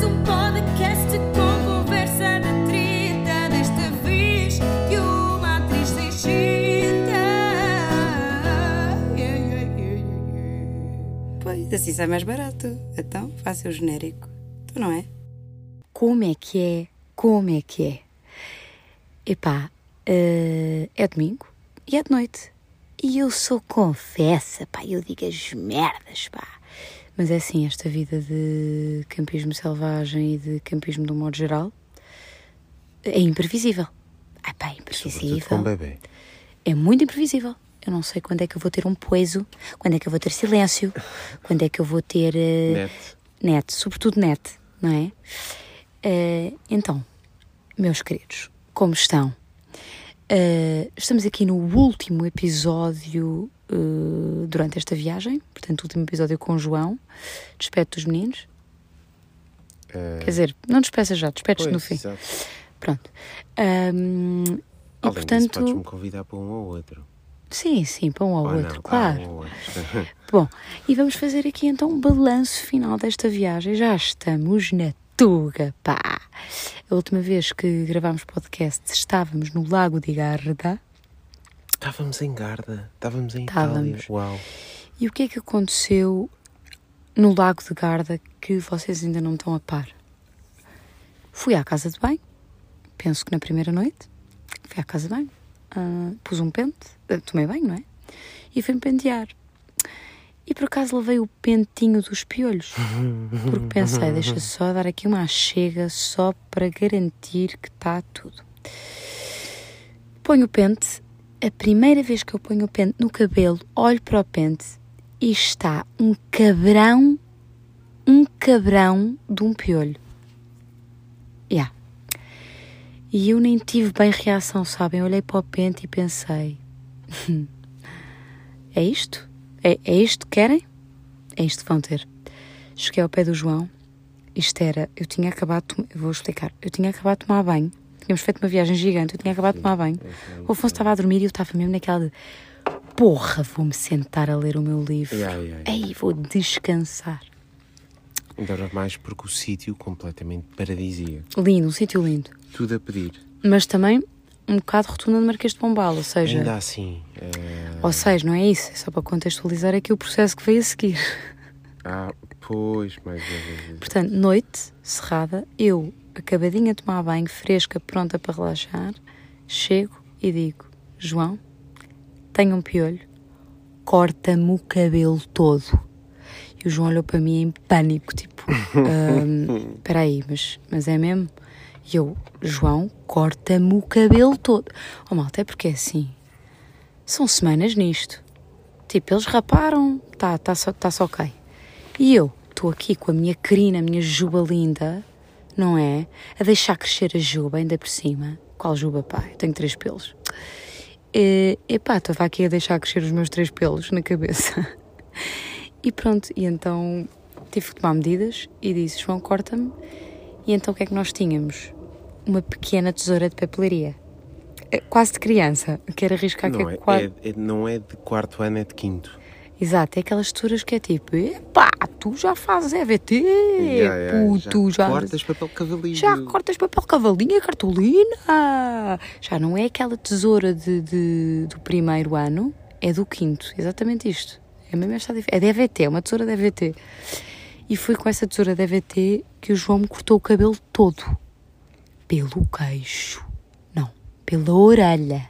mais um podcast com conversa da treta. Desta vez que uma atriz se excita. Pois, assim sai mais barato. Então, faça o genérico. Então não é? Como é que é? Como é que é? Epá, é domingo e é de noite. E eu sou confessa, pá, eu digo as merdas, pá. Mas é assim, esta vida de campismo selvagem e de campismo de um modo geral é imprevisível. Ai pá, é imprevisível. Com um bebê. É muito imprevisível. Eu não sei quando é que eu vou ter um poeso, quando é que eu vou ter silêncio, quando é que eu vou ter... net, sobretudo net, não é? Então, meus queridos, como estão? Estamos aqui no último episódio durante esta viagem, portanto, o último episódio com o João. Despeto dos meninos. Quer dizer, não despeças já, despetes no fim. Exato. Pronto. E Além portanto. disso, podes-me convidar para um ou outro. Sim, para um ao Ou outro, não, claro. um ou outro. Bom, e vamos fazer aqui então um balanço final desta viagem. Já estamos na Tuga, pá! A última vez que gravámos podcast estávamos no Lago de Garda. Estávamos em Garda, estávamos em Estávamos. Itália. Uau. E o que é que aconteceu no Lago de Garda que vocês ainda não estão a par? Fui à casa de banho, penso que na primeira noite. Fui à casa de banho, pus um pente, tomei banho, não é? E fui-me pentear. E por acaso levei o pentinho dos piolhos, porque pensei, deixa só dar aqui uma chega só para garantir que está tudo. Ponho o pente, a primeira vez que eu ponho o pente no cabelo, olho para o pente e está um cabrão de um piolho. Yeah. E eu nem tive bem reação, sabem? Olhei para o pente e pensei, é isto? É isto que querem? É isto que vão ter. Cheguei ao pé do João. Isto era... Eu tinha acabado de... Vou explicar. Eu tinha acabado de tomar banho. Tínhamos feito uma viagem gigante. Eu tinha acabado de tomar banho. O Afonso estava a dormir e eu estava mesmo naquela de... Porra, vou-me sentar a ler o meu livro. Ei, vou descansar. Ainda mais porque o sítio completamente paradisíaco. Lindo, um sítio lindo. Tudo a pedir. Mas também um bocado rotunda de Marquês de Pombal, ou seja... Ainda assim. Ou seja, não é isso. É só para contextualizar aqui o processo que veio a seguir. Pois, mais uma vez. Portanto, noite cerrada, eu, acabadinha de tomar banho, fresca, pronta para relaxar, chego e digo, João, tenho um piolho, corta-me o cabelo todo. E o João olhou para mim em pânico, tipo, espera aí, mas é mesmo? E eu, João, corta-me o cabelo todo. Oh, malta, é porque é assim, são semanas nisto. Tipo, eles raparam, tá só ok. E eu estou aqui com a minha crina, a minha juba linda, não é? A deixar crescer a juba, ainda por cima. Qual juba, pá? Eu tenho 3 pelos. Epá, estava aqui a deixar crescer os meus 3 pelos na cabeça. E pronto, e então tive que tomar medidas e disse, João, corta-me. E então o que é que nós tínhamos? Uma pequena tesoura de papelaria. Quase de criança. Quero arriscar não, que é quase... não é de quarto ano, é de quinto. Exato, é aquelas tesouras que é tipo, epá, tu já fazes EVT, puto, já cortas papel cavalinho. Já cortas papel cavalinho, cartolina. Já não é aquela tesoura do primeiro ano, é do quinto, exatamente isto. É mesmo esta diferença. É de EVT, é uma tesoura de EVT. E foi com essa tesoura de EVT que o João me cortou o cabelo todo. Pelo queixo. Não, pela orelha.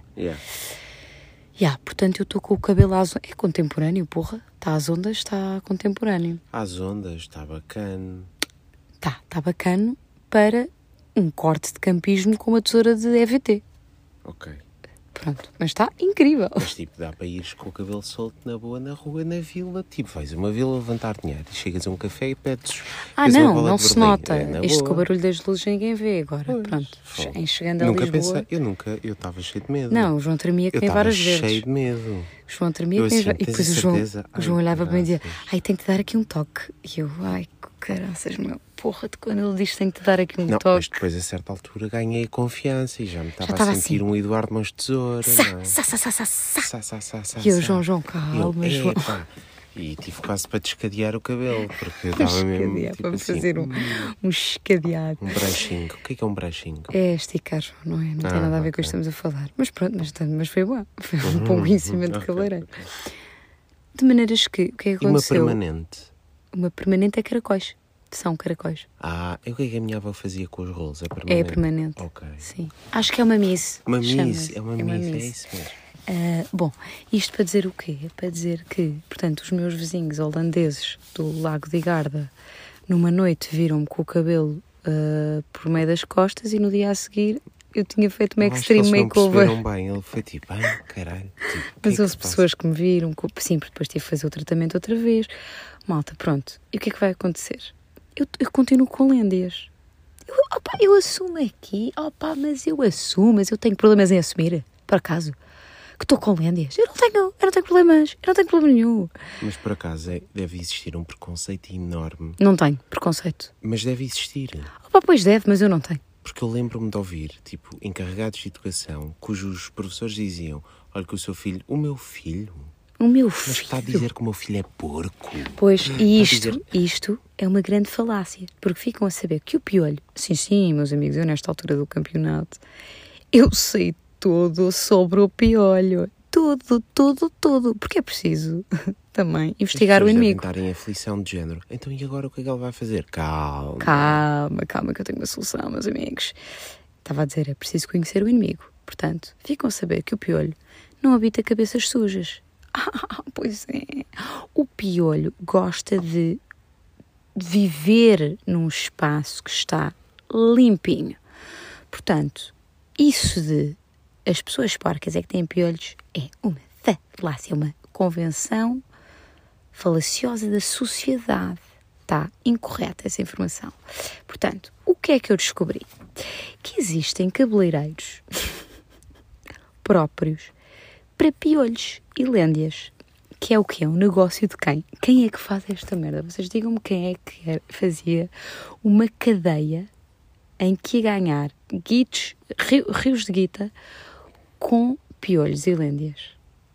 Portanto, eu estou com o cabelo às ondas. É contemporâneo, porra. Está às ondas, está contemporâneo. Às ondas, está bacana. Está bacana para um corte de campismo com uma tesoura de EVT. Ok. Pronto, mas está incrível. Mas tipo, dá para ires com o cabelo solto na boa, na rua, na vila. Tipo, vais a uma vila levantar dinheiro e chegas a um café e pedes... Não se nota. Isto boa. com o barulho das luzes ninguém vê agora. Pois, pronto, em chegando a nunca Lisboa... Pensei, eu estava cheio de medo. Não, o João tremia que nem várias vezes. Eu estava cheio de medo. O João tremia Eu que nem assim, E depois o João olhava para mim e dizia, tem que te dar aqui um toque. E eu, caraças, meu, porra, de quando ele diz tem que te dar aqui um toque. Mas depois a certa altura ganhei confiança e já me estava a sentir assim. Um Eduardo Mãos de Tesoura. E eu, João, calma, João. E tive quase para descadear o cabelo, porque eu estava mesmo. Tipo Vamos assim, fazer um escadeado. um brushing. O que é um brushing? É esticar, não é? Não tem nada a ver com o que estamos a falar. Mas pronto, mas foi bom. Foi um bom conhecimento de cabeleireiro. De maneiras que, o que é que E uma aconteceu? permanente? Uma permanente é caracóis. São caracóis. E o que é que a minha avó fazia com os rolos? É permanente? É permanente. Ok. Sim. Acho que é uma miss. Uma miss, Chama-se. é uma miss, é isso mesmo. Bom, isto para dizer o quê? É para dizer que, portanto, os meus vizinhos holandeses do Lago de Garda, numa noite viram-me com o cabelo por meio das costas e no dia a seguir eu tinha feito uma extreme makeover. Não bem, ele foi tipo, caralho. Tipo, Mas houve pessoas que me viram, sim, porque depois tive que fazer o tratamento outra vez. Malta, pronto. E o que é que vai acontecer? Eu continuo com lêndias. Eu assumo aqui, mas eu assumo, mas eu tenho problemas em assumir, por acaso. Que estou com lêndias. Eu não tenho problemas, eu não tenho problema nenhum. Mas por acaso deve existir um preconceito enorme. Não tenho preconceito. Mas deve existir. Pois deve, mas eu não tenho. Porque eu lembro-me de ouvir, tipo, encarregados de educação, cujos professores diziam, olha que o meu filho... Mas está a dizer que o meu filho é porco. Pois, e isto é uma grande falácia, porque ficam a saber que o piolho, sim, meus amigos, eu nesta altura do campeonato, eu sei tudo sobre o piolho. Tudo. Porque é preciso também investigar o inimigo. Devem estar em aflição de género. Então e agora o que é que ele vai fazer? Calma, que eu tenho uma solução, meus amigos. Estava a dizer, é preciso conhecer o inimigo. Portanto, ficam a saber que o piolho não habita cabeças sujas. Pois é. O piolho gosta de viver num espaço que está limpinho. Portanto, isso de as pessoas porcas é que têm piolhos é uma falácia, uma convenção falaciosa da sociedade. Está incorreta essa informação. Portanto, o que é que eu descobri? Que existem cabeleireiros próprios para piolhos e lêndias. Que é o quê? É um negócio de quem? Quem é que faz esta merda? Vocês digam-me quem é que fazia uma cadeia em que ia ganhar rios de guita com piolhos e lêndias.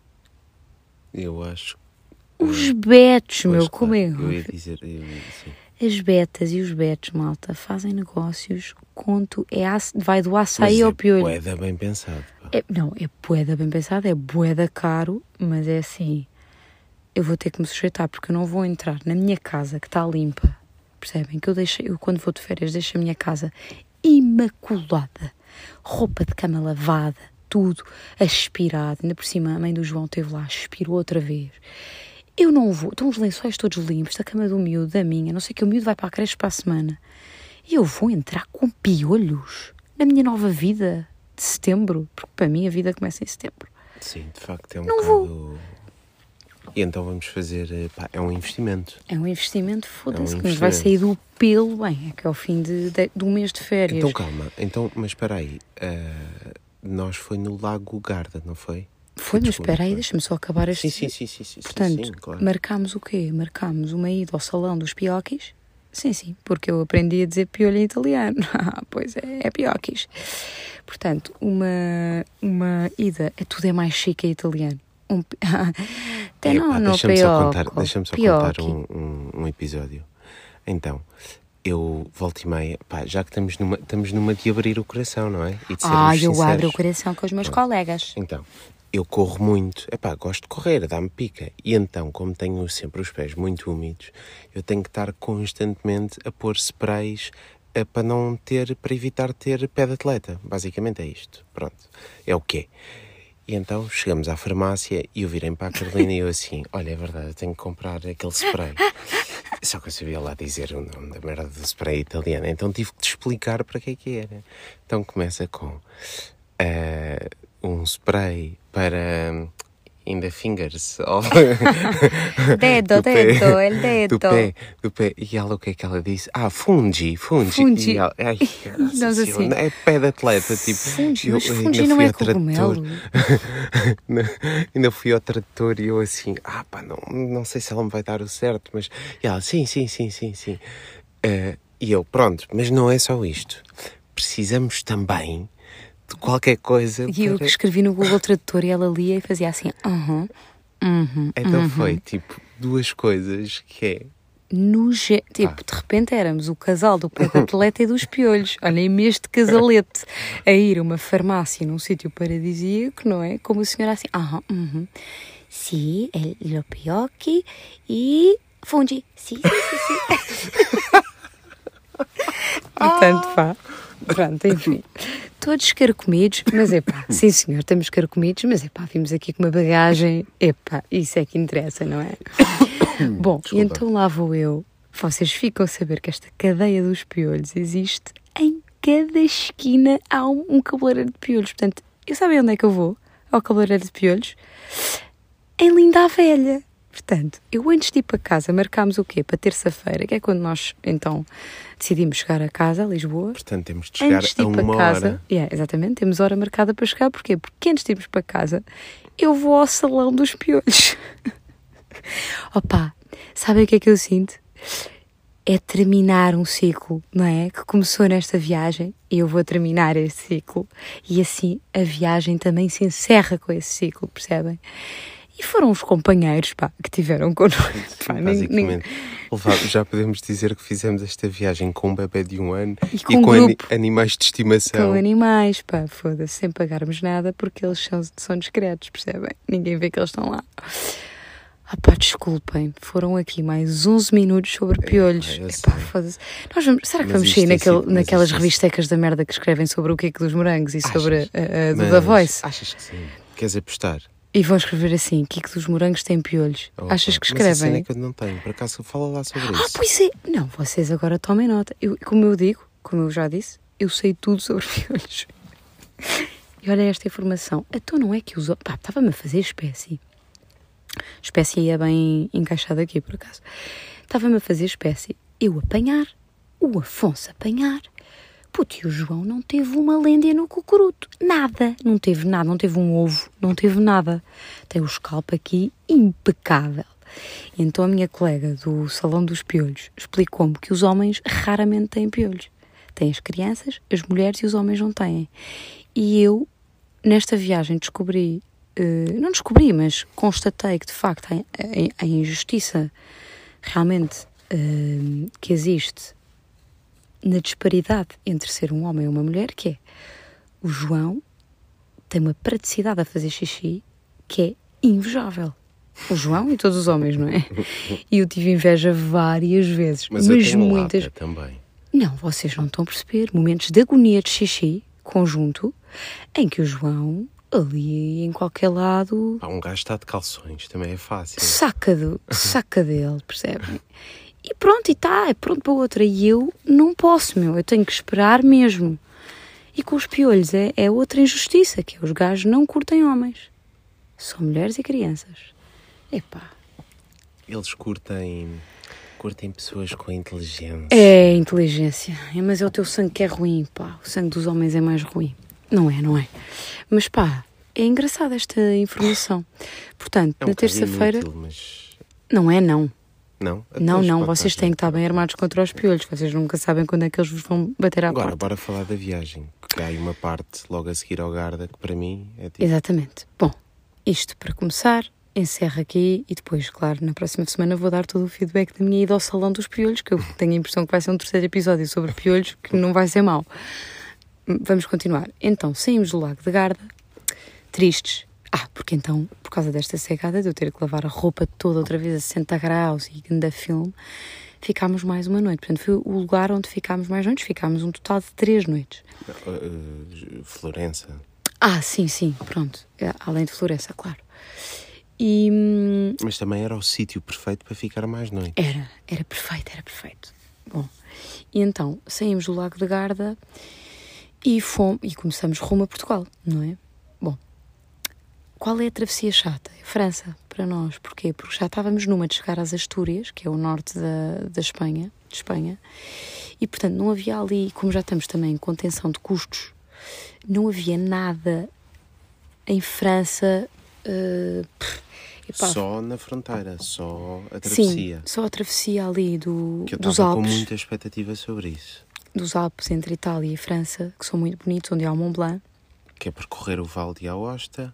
Eu acho... Os betos, Pois, como é? Eu ia dizer, sim. As betas e os betos, malta, fazem negócios vai do açaí ao piolho. Mas é bué bem pensado. Pá. É bué bem pensado, é bué caro, mas é assim, eu vou ter que me sujeitar, porque eu não vou entrar na minha casa que está limpa, percebem? Que eu quando vou de férias deixo a minha casa imaculada, roupa de cama lavada, tudo aspirado, ainda por cima a mãe do João esteve lá, aspirou outra vez. Eu não vou, estão os lençóis todos limpos, da cama do miúdo, da minha, não sei que o miúdo vai para a creche para a semana. E eu vou entrar com piolhos na minha nova vida de setembro, porque para mim a vida começa em setembro. Sim, de facto é um não bocado... Vou. E então vamos fazer... é um investimento. É um investimento, foda-se, É um que nos vai sair do pelo, bem, é que é o fim de um mês de férias. Então calma, mas espera aí, nós foi no Lago Garda, não foi? Foi, mas espera aí, deixa-me só acabar este... Sim. Portanto, sim, claro. marcámos o quê? Marcámos uma ida ao salão dos piocchis. Sim, porque eu aprendi a dizer piolho em italiano. Pois é pioquis. Portanto, uma ida, tudo é mais chique em italiano. Deixa-me só contar um episódio. Então, eu volto e meia, já que estamos numa de abrir o coração, não é? E de sermos sinceros. Abro o coração com os meus colegas. Então, eu corro muito, gosto de correr, dá-me pica. E então, como tenho sempre os pés muito úmidos, eu tenho que estar constantemente a pôr sprays para evitar ter pé de atleta. Basicamente é isto. Pronto, é o quê? E então chegamos à farmácia e eu virei para a Carolina e eu assim, olha, é verdade, eu tenho que comprar aquele spray. Só que eu sabia lá dizer o nome da merda do spray italiano, então tive que te explicar para que é que era. Então começa com um spray para in the fingers of dedo, el dedo. Do pé. E ela, o que é que ela disse? Fungi. Fungi. E ela, Nós assim, é pé de atleta, tipo. Fungi, mas fungi não é cogumelo. Ainda fui ao tradutor e eu assim, não sei se ela me vai dar o certo, mas... E ela, sim. E eu, pronto, mas não é só isto. Precisamos também de qualquer coisa. E eu que escrevi no Google Tradutor e ela lia e fazia assim, Então foi tipo duas coisas que é... Tipo, de repente éramos o casal do pé de atleta e dos piolhos. Olhem-me este casalete a ir a uma farmácia num sítio paradisíaco, não é? Como a senhora assim, sim, lo piocchi e fungi. Sim. Portanto, pronto, enfim. Todos escarcomidos, mas sim senhor, estamos escarcomidos, mas vimos aqui com uma bagagem, isso é que interessa, não é? Bom, e então lá vou eu. Vocês ficam a saber que esta cadeia dos piolhos existe em cada esquina. Há um cabeleireiro de piolhos. Portanto, eu sabem onde é que eu vou? Ao cabeleireiro de piolhos? Em Linda a Velha. Portanto, eu antes de ir para casa, marcámos o quê? Para terça-feira, que é quando nós, então, decidimos chegar a casa, a Lisboa. Portanto, temos de chegar a uma hora. Exatamente, temos hora marcada para chegar. Porquê? Porque antes de irmos para casa, eu vou ao salão dos piolhos. Opa, sabem o que é que eu sinto? É terminar um ciclo, não é? Que começou nesta viagem e eu vou terminar esse ciclo. E assim a viagem também se encerra com esse ciclo, percebem? E foram os companheiros, que tiveram connosco. Basicamente, já podemos dizer que fizemos esta viagem com um bebê de 1 ano e com animais de estimação. Com animais, foda-se, sem pagarmos nada, porque eles são discretos, percebem? Ninguém vê que eles estão lá. Desculpem, foram aqui mais 11 minutos sobre piolhos. Foda-se. Será que vamos sair naquelas revistecas da merda que escrevem sobre o Kiko dos Morangos e sobre a do The Voice? Achas que sim? Queres apostar? E vão escrever assim, Kiko dos Morangos tem piolhos. Achas que escrevem? Mas a cena é que eu não tenho, por acaso fala lá sobre isso. Pois é. Não, vocês agora tomem nota. Como eu já disse, eu sei tudo sobre piolhos. E olha esta informação. Então não é que os... estava-me a fazer espécie. Espécie é bem encaixada aqui, por acaso. Estava-me a fazer espécie. Eu apanhar, o Afonso apanhar. E o João não teve uma lêndia no cucuruto. Nada. Não teve nada. Não teve um ovo. Não teve nada. Tem o scalp aqui impecável. Então a minha colega do Salão dos Piolhos explicou-me que os homens raramente têm piolhos. Têm as crianças, as mulheres e os homens não têm. E eu, nesta viagem, não descobri, mas constatei que de facto a injustiça realmente que existe na disparidade entre ser um homem e uma mulher, que é o João tem uma praticidade a fazer xixi que é invejável. O João e todos os homens, não é? E eu tive inveja várias vezes. Mas eu tenho muitas lata também. Não, vocês não estão a perceber. Momentos de agonia de xixi conjunto em que o João... ali em qualquer lado... Um gajo está de calções, também é fácil. Saca dele, percebem? E pronto, é pronto para outra. E eu não posso, eu tenho que esperar mesmo. E com os piolhos é outra injustiça, que é os gajos não curtem homens. São mulheres e crianças. Eles curtem pessoas com inteligência. É, inteligência. Mas é o teu sangue que é ruim, O sangue dos homens é mais ruim. Não é. Mas é engraçada esta informação. Portanto, na terça-feira... Mas... Não é, não. Não? Não, vocês têm que estar bem armados contra os piolhos. Vocês nunca sabem quando é que eles vos vão bater à porta. Agora, bora falar da viagem. Que há aí uma parte logo a seguir ao Garda que para mim é tipo... Exatamente. Bom, isto para começar, encerro aqui e depois, claro, na próxima semana vou dar todo o feedback da minha ida ao Salão dos Piolhos, que eu tenho a impressão que vai ser um 3º episódio sobre piolhos, que não vai ser mau. Vamos continuar. Então, saímos do Lago de Garda, tristes. Porque então, por causa desta cegada de eu ter que lavar a roupa toda outra vez a 60 graus e grande filme, ficámos mais uma noite. Portanto, foi o lugar onde ficámos mais noites. Ficámos um total de 3 noites. Florença. Sim, pronto. Além de Florença, claro. Mas também era o sítio perfeito para ficar mais noites. Era perfeito. Bom, e então, saímos do Lago de Garda e começamos rumo a Portugal, não é? Bom, qual é a travessia chata? É França, para nós. Porquê? Porque já estávamos numa de chegar às Astúrias, que é o norte de Espanha, e, portanto, não havia ali, como já estamos também em contenção de custos, não havia nada em França... só na fronteira, só a travessia. Sim, só a travessia ali dos Alpes. Que eu estava com muita expectativa sobre isso. Dos Alpes entre Itália e França, que são muito bonitos, onde há o Mont Blanc. Que é percorrer o Vale de Aosta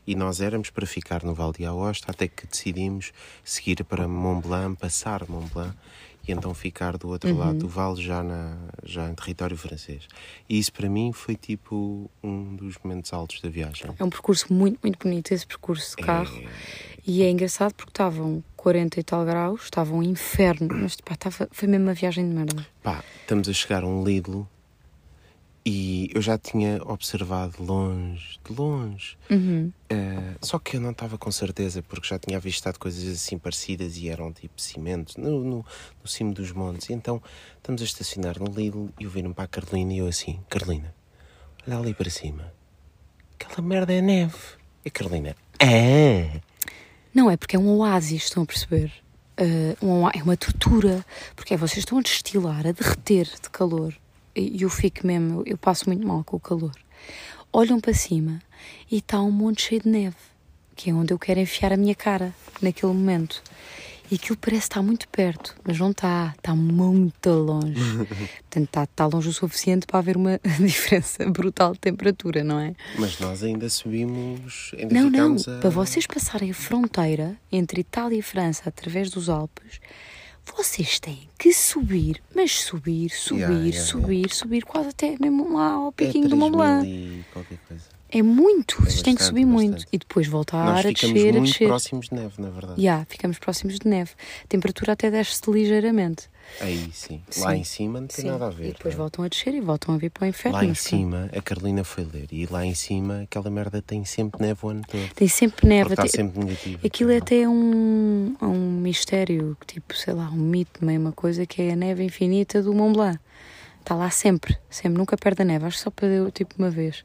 E nós éramos para ficar no Val de Aosta até que decidimos seguir para Mont Blanc, passar Mont Blanc e então ficar do outro lado do vale já em território francês. E isso para mim foi tipo um dos momentos altos da viagem. É um percurso muito, muito bonito, esse percurso de carro. E é engraçado porque estavam 40 e tal graus, estava um inferno, mas pá, foi mesmo uma viagem de merda. Pá, estamos a chegar a um Lidl e eu já tinha observado de longe. Só que eu não estava com certeza porque já tinha avistado coisas assim parecidas e eram tipo cimento no cimo dos montes. E então estamos a estacionar no Lidl e eu viro-me para a Carolina e eu assim, Carolina, olha ali para cima, aquela merda é neve. E a Carolina, Não, é porque é um oásis, estão a perceber? É uma tortura, porque vocês estão a destilar, a derreter de calor. E eu fico mesmo, eu passo muito mal com o calor. Olham para cima e está um monte cheio de neve, que é onde eu quero enfiar a minha cara, naquele momento. E aquilo parece estar muito perto, mas não está muito longe. Portanto, está longe o suficiente para haver uma diferença brutal de temperatura, não é? Mas nós ainda subimos, Não, para vocês passarem a fronteira entre Itália e França através dos Alpes, vocês têm que subir, mas subir, quase até mesmo lá ao piquinho do Mont Blanc. E qualquer coisa. É muito, vocês têm que bastante, subir muito. bastante. E depois voltar Nós a descer, ficamos a muito descer. próximos de neve, na verdade. Ficamos próximos de neve. A temperatura até desce ligeiramente. Aí sim. Lá em cima não tem nada a ver. E depois não é? voltam a descer e voltam a vir para o inferno. Lá em mas pronto. cima, a Carolina foi ler e lá em cima aquela merda tem sempre neve o ano todo. Tem sempre neve. Porque está sempre negativo. Aquilo é até um mistério, tipo, sei lá, um mito, meio uma coisa, que é a neve infinita do Mont Blanc. Está lá sempre, nunca perde a neve. Acho que só perdeu tipo uma vez.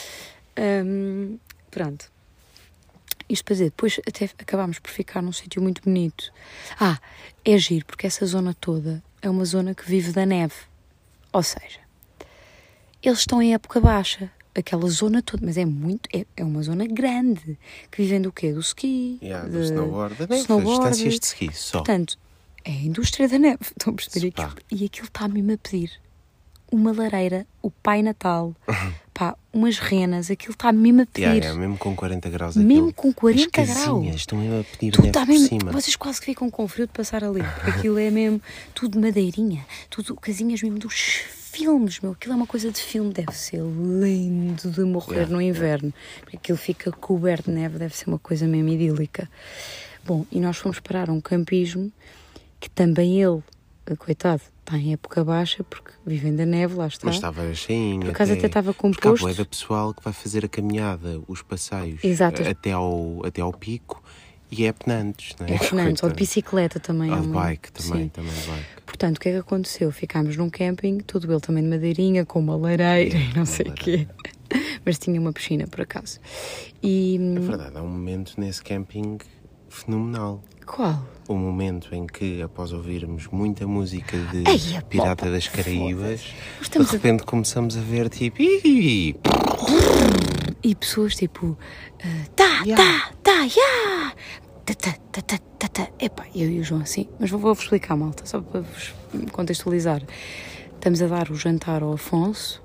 Pronto. Isto para dizer, depois até acabámos por ficar num sítio muito bonito. É giro, porque essa zona toda é uma zona que vive da neve. Ou seja, eles estão em época baixa, aquela zona toda, mas é uma zona grande, que vivem do quê? Do ski, Do snowboard, da neve, distâncias de ski, só. Portanto, é a indústria da neve, estão a perceber aquilo. E aquilo está mesmo a pedir uma lareira, o Pai Natal, umas renas, aquilo está mesmo a pedir. Mesmo com 40 graus. Mesmo com 40 As casinhas graus. estão mesmo a pedir Tudo neve está por mesmo, cima. vocês quase que ficam com frio de passar ali, porque aquilo é mesmo tudo madeirinha, tudo casinhas mesmo dos filmes, meu. Aquilo é uma coisa de filme, deve ser lindo de morrer no inverno, porque aquilo fica coberto de neve, deve ser uma coisa mesmo idílica. Bom, e nós fomos parar a um campismo que também ele, coitado, está em época baixa, porque vivem da neve, lá está. Mas estava cheinho. Por acaso até estava composto. Porque há bué da pessoal que vai fazer a caminhada, os passeios, até ao pico, e é penantes, não é? É penantes, ou de bicicleta também. Ou de bike, também de bike. Portanto, o que é que aconteceu? Ficámos num camping, todo ele também de madeirinha, com uma lareira e não sei o quê. Mas tinha uma piscina, por acaso. É verdade, há um momento nesse camping fenomenal. Qual? O momento em que, após ouvirmos muita música de Pirata das Caraíbas, de repente começamos a ver tipo... E pessoas tipo... Epá, eu e o João assim... Mas vou-vos explicar, malta, só para vos contextualizar. Estamos a dar o jantar ao Afonso.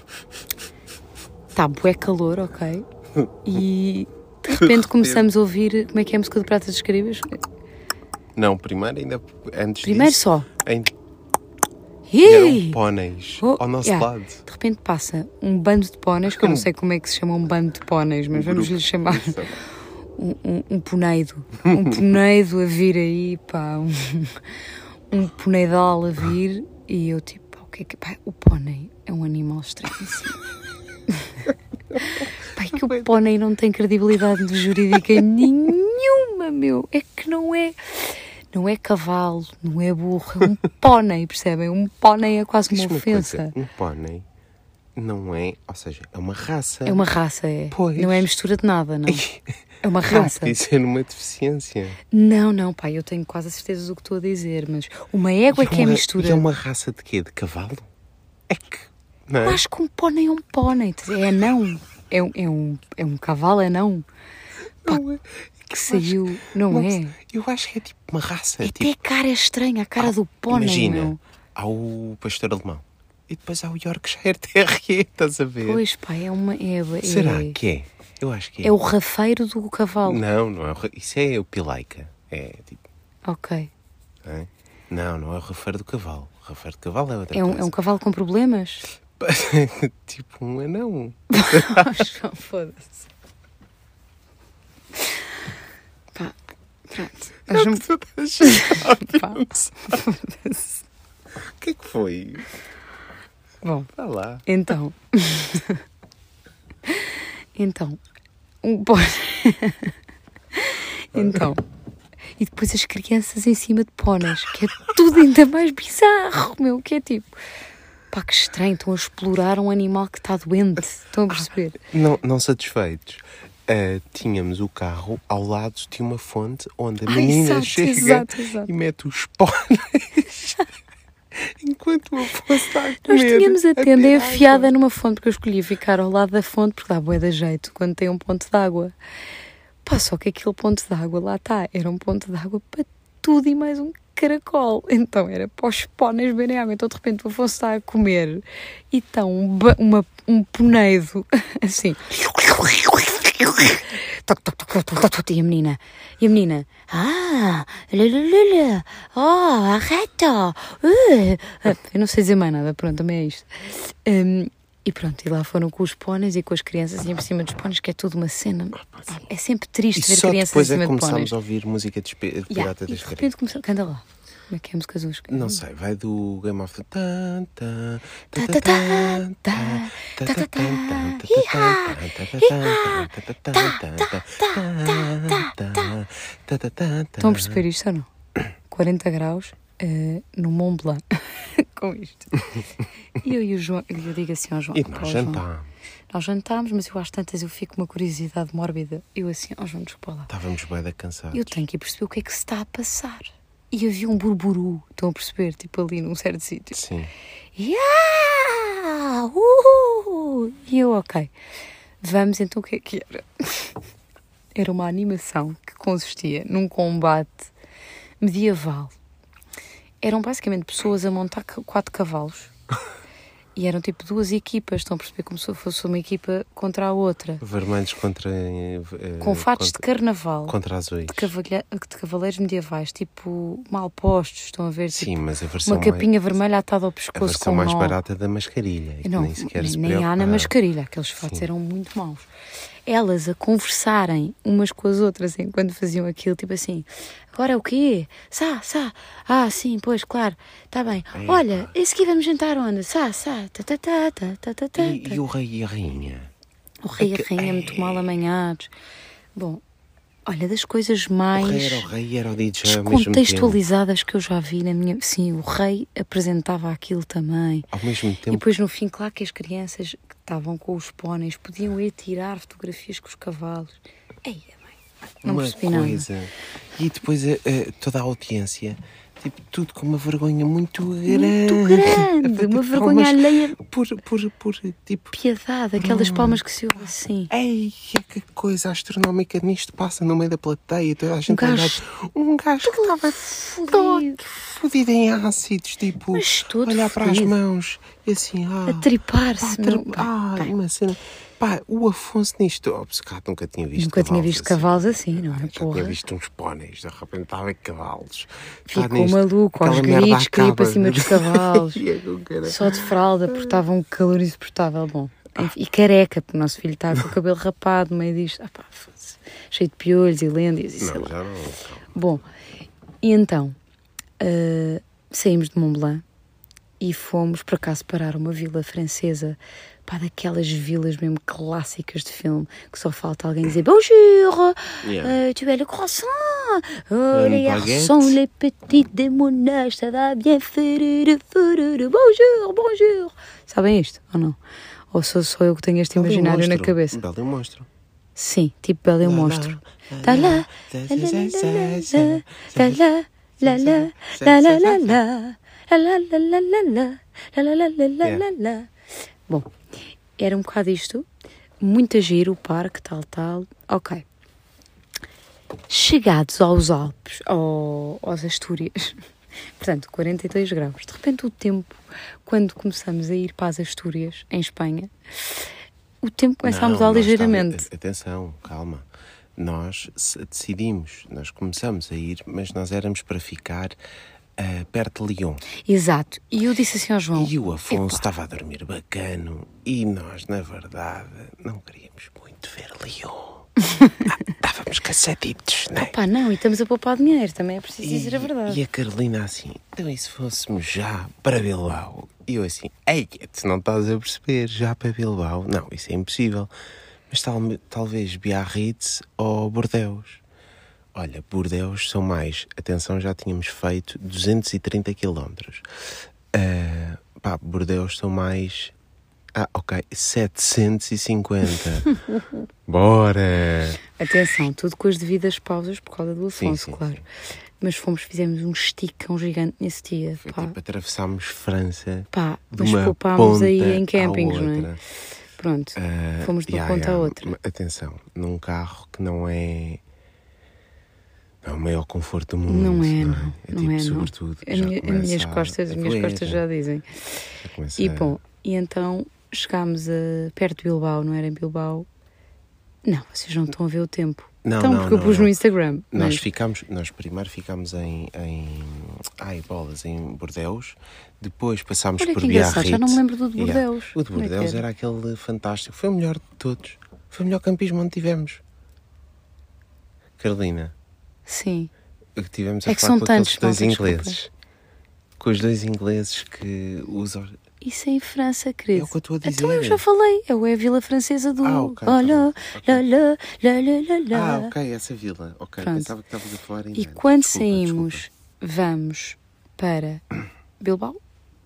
Está bué calor, ok? E de repente começamos a ouvir... Como é que é a música do Pirata das Caraíbas? Não, primeiro ainda... Antes primeiro disso, só. Eram póneis ao nosso lado. De repente passa um bando de póneis, que eu não sei como é que se chama um bando de póneis, mas vamos lhe chamar um poneido. Um poneido a vir aí, um poneidal a vir, e eu tipo, o que é que... o pónei é um animal estranhíssimo. Que o pónei não tem credibilidade jurídica nenhuma, meu. É que não é cavalo, não é burro, é um pónei, percebem? Um pónei é quase uma ofensa. Um pónei não é, ou seja, é uma raça. É uma raça, é. Pois. Não é mistura de nada, não. É uma raça. Não, isso é uma deficiência. Não, eu tenho quase a certeza do que estou a dizer, mas uma égua é que é mistura. E é uma raça de quê? De cavalo? É que... Não é? Eu acho que um pónei é um pónei, é anão. É um cavalo anão. Não é. Que saiu, não é? Eu acho que é tipo uma raça. Até a cara é estranha, a cara do pónei. Imagina, meu. há o pastor alemão e depois há o Yorkshire Terrier, estás a ver? Pois é uma... Será que é? Eu acho que é. É o rafeiro do cavalo. Não é isso é o pilaica. É tipo, Ok. não é? Não é o rafeiro do cavalo. O rafeiro do cavalo é outra É coisa. um cavalo com problemas? Tipo um anão. João, foda-se. Pá, pronto. Pá, foda-se. O que é que foi? Bom, Vá lá. então. Um pônei. Então. E depois as crianças em cima de póneis, que é tudo ainda mais bizarro, meu, que é tipo... Pá, que estranho, estão a explorar um animal que está doente, estão a perceber? Não satisfeitos. Tínhamos o carro ao lado de uma fonte onde a Ah, menina exato, chega exato. e mete os póneis enquanto o Afonso está a comer. Nós tínhamos a tenda água. enfiada numa fonte, porque eu escolhi ficar ao lado da fonte, porque dá bué de jeito quando tem um ponto de água. Pá, só que aquele ponto de água lá está, era um ponto de água para tudo e mais um caracol. Então era para os póneis beberem água. Então de repente o Afonso está a comer e está um poneido assim. E a menina, arreta. Eu não sei dizer mais nada, pronto, também é isto. E pronto, e lá foram com os póneis e com as crianças e por cima dos póneis, que é tudo uma cena. É sempre triste E ver só crianças em depois é cima que de póneis. começámos a ouvir música de Pirata E das de Caraíbas. repente começou, canta lá. Como é que é a música dos... Não sei, vai do Game of Thrones. Estão a perceber isto ou não? 40 graus no Mont Blanc com isto. E eu e o João, eu digo assim ao João. E "Pá, nós João, jantámos. nós jantámos, mas eu às tantas eu fico com uma curiosidade mórbida. Eu assim, João, desculpa lá. Estávamos bem cansados. Eu tenho que ir perceber o que é que se está a passar. E havia um burburu, estão a perceber? Tipo ali num certo sítio. Sim. E eu, ok. Vamos, então o que é que era? Era uma animação que consistia num combate medieval. Eram basicamente pessoas a montar 4 cavalos. E eram tipo 2 equipas, estão a perceber, como se fosse uma equipa contra a outra. Vermelhos contra... Com fatos de carnaval. Contra azuis. De cavaleiros medievais, tipo mal postos, estão a ver? Sim, Tipo, mas a versão uma capinha vermelha atada ao pescoço a versão com mais nó. barata da mascarilha. Que Não, nem sequer se nem há na preocupava. mascarilha, aqueles fatos eram muito maus. Elas a conversarem umas com as outras enquanto faziam aquilo, tipo assim, agora é o quê? Sim, pois, claro, está bem. Olha, esse aqui vamos jantar onde? E o rei e a rainha? O rei e a rainha muito mal amanhados. Bom, olha, das coisas mais O rei era o DJ ao mesmo tempo. descontextualizadas que eu já vi na minha... Sim, o rei apresentava aquilo também. Ao mesmo E tempo. depois no fim, claro que as crianças que estavam com os póneis podiam ir tirar fotografias com os cavalos. Eia, bem, não uma percebi nada. coisa. E depois toda a audiência, tipo, tudo com uma vergonha muito grande. Muito grande, uma vergonha Palmas alheia. Por tipo... Piedade, aquelas palmas que se ouvem assim. Ei, que coisa astronómica nisto passa no meio da plateia. Toda a gente gajo um gajo que estava todo fodido em ácidos, tipo, Mas todo olhar para as fodido. mãos e assim, A tripar-se. meu. uma cena. Pá, o Afonso nisto, obcecado, nunca tinha visto Nunca tinha cavalos visto assim. cavalos assim, não é? Já tinha Porra. visto uns póneis, de repente estava em cavalos. Ficou maluco, aos aquela merda gritos, caía para acaba. cima dos cavalos. E é com cara. Só de fralda, porque estava um calor insuportável. Bom, e careca, porque o nosso filho está com o cabelo rapado no meio disto. Ah, pá, foda-se. Cheio de piolhos e lêndias e sei Não, lá. já não. Calma. Bom, e então saímos de Mont Blanc e fomos por acaso parar uma vila francesa, pá, daquelas vilas mesmo clássicas de filme, que só falta alguém dizer bonjour, Yeah. tu es le croissant, Une les baguette. garçons, les petites démonages, ça va bien, bonjour. Sabem isto ou não? Ou sou só eu que tenho este imaginário na cabeça? Belo monstro. Sim, tipo Bela e o Monstro. Tá lá, tá lá, lá, lá, lá, lá, lá, lá. Lá, lá, lá, lá, lá, lá. Lá, lá, lá, lá, lá, lá, lá. Bom, era um bocado isto. Muito giro o parque, tal. Ok. Chegados aos Alpes, aos Astúrias, portanto, 42 graus. De repente o tempo, quando começamos a ir para as Astúrias, em Espanha, o tempo começa a Não, mudar nós ligeiramente. Atenção, calma. Nós decidimos, nós começamos a ir, mas nós éramos para ficar perto de Lyon. Exato. E eu disse assim ao João... E o Afonso "Epá, estava a dormir bacano e nós, na verdade, não queríamos muito ver Lyon. Estávamos cansaditos, não é? pá, não, e estamos a poupar dinheiro, também é preciso dizer a verdade. E a Carolina assim, então e se fôssemos já para Bilbao? E eu assim, ei, tu não estás a perceber, já para Bilbao? Não, isso é impossível. Mas talvez Biarritz ou Bordeaux. Olha, Bordeaux são mais, atenção, já tínhamos feito 230 km. Bordeaux são mais... ok, 750. Bora! Atenção, tudo com as devidas pausas por causa do Afonso, Sim, claro. sim. Mas fizemos um esticão gigante nesse dia. Foi Pá, tipo, atravessámos França de mas uma poupámos ponta aí em à campings, não é? outra. Pronto, fomos de uma ponta à outra. Atenção, num carro que não é o maior conforto do mundo. Não é, não. não. É Não tipo, é, não. sobretudo, As já minhas começa costas, a as minhas doer, costas já dizem. já começa E bom, e então chegámos perto de Bilbao, não era em Bilbao? Não, vocês não estão a ver o tempo. Não, então, não, porque eu não, pus não. no Instagram. Nós primeiro ficámos em Bordeaux, depois passámos Olha por que engraçado, Biarritz. já não me lembro do de Yeah. Bordeaux. O de Como é que Bordeaux era? era aquele fantástico, foi o melhor de todos. Foi o melhor campismo onde tivemos. Carolina, Sim. que tivemos É a que falar são com aqueles tantos, dois malta, desculpa. ingleses. Com os dois ingleses que usam... Isso é em França, querido. É o que eu estou a dizer. Então eu já falei. É a Vila Francesa do... Ok, tá Olha, bem. lá, lá, lá, lá, lá. ok, essa vila. Ok, Pronto. pensava que estavas a falar em E inglês. quando Desculpa, saímos, desculpa. vamos para Bilbao.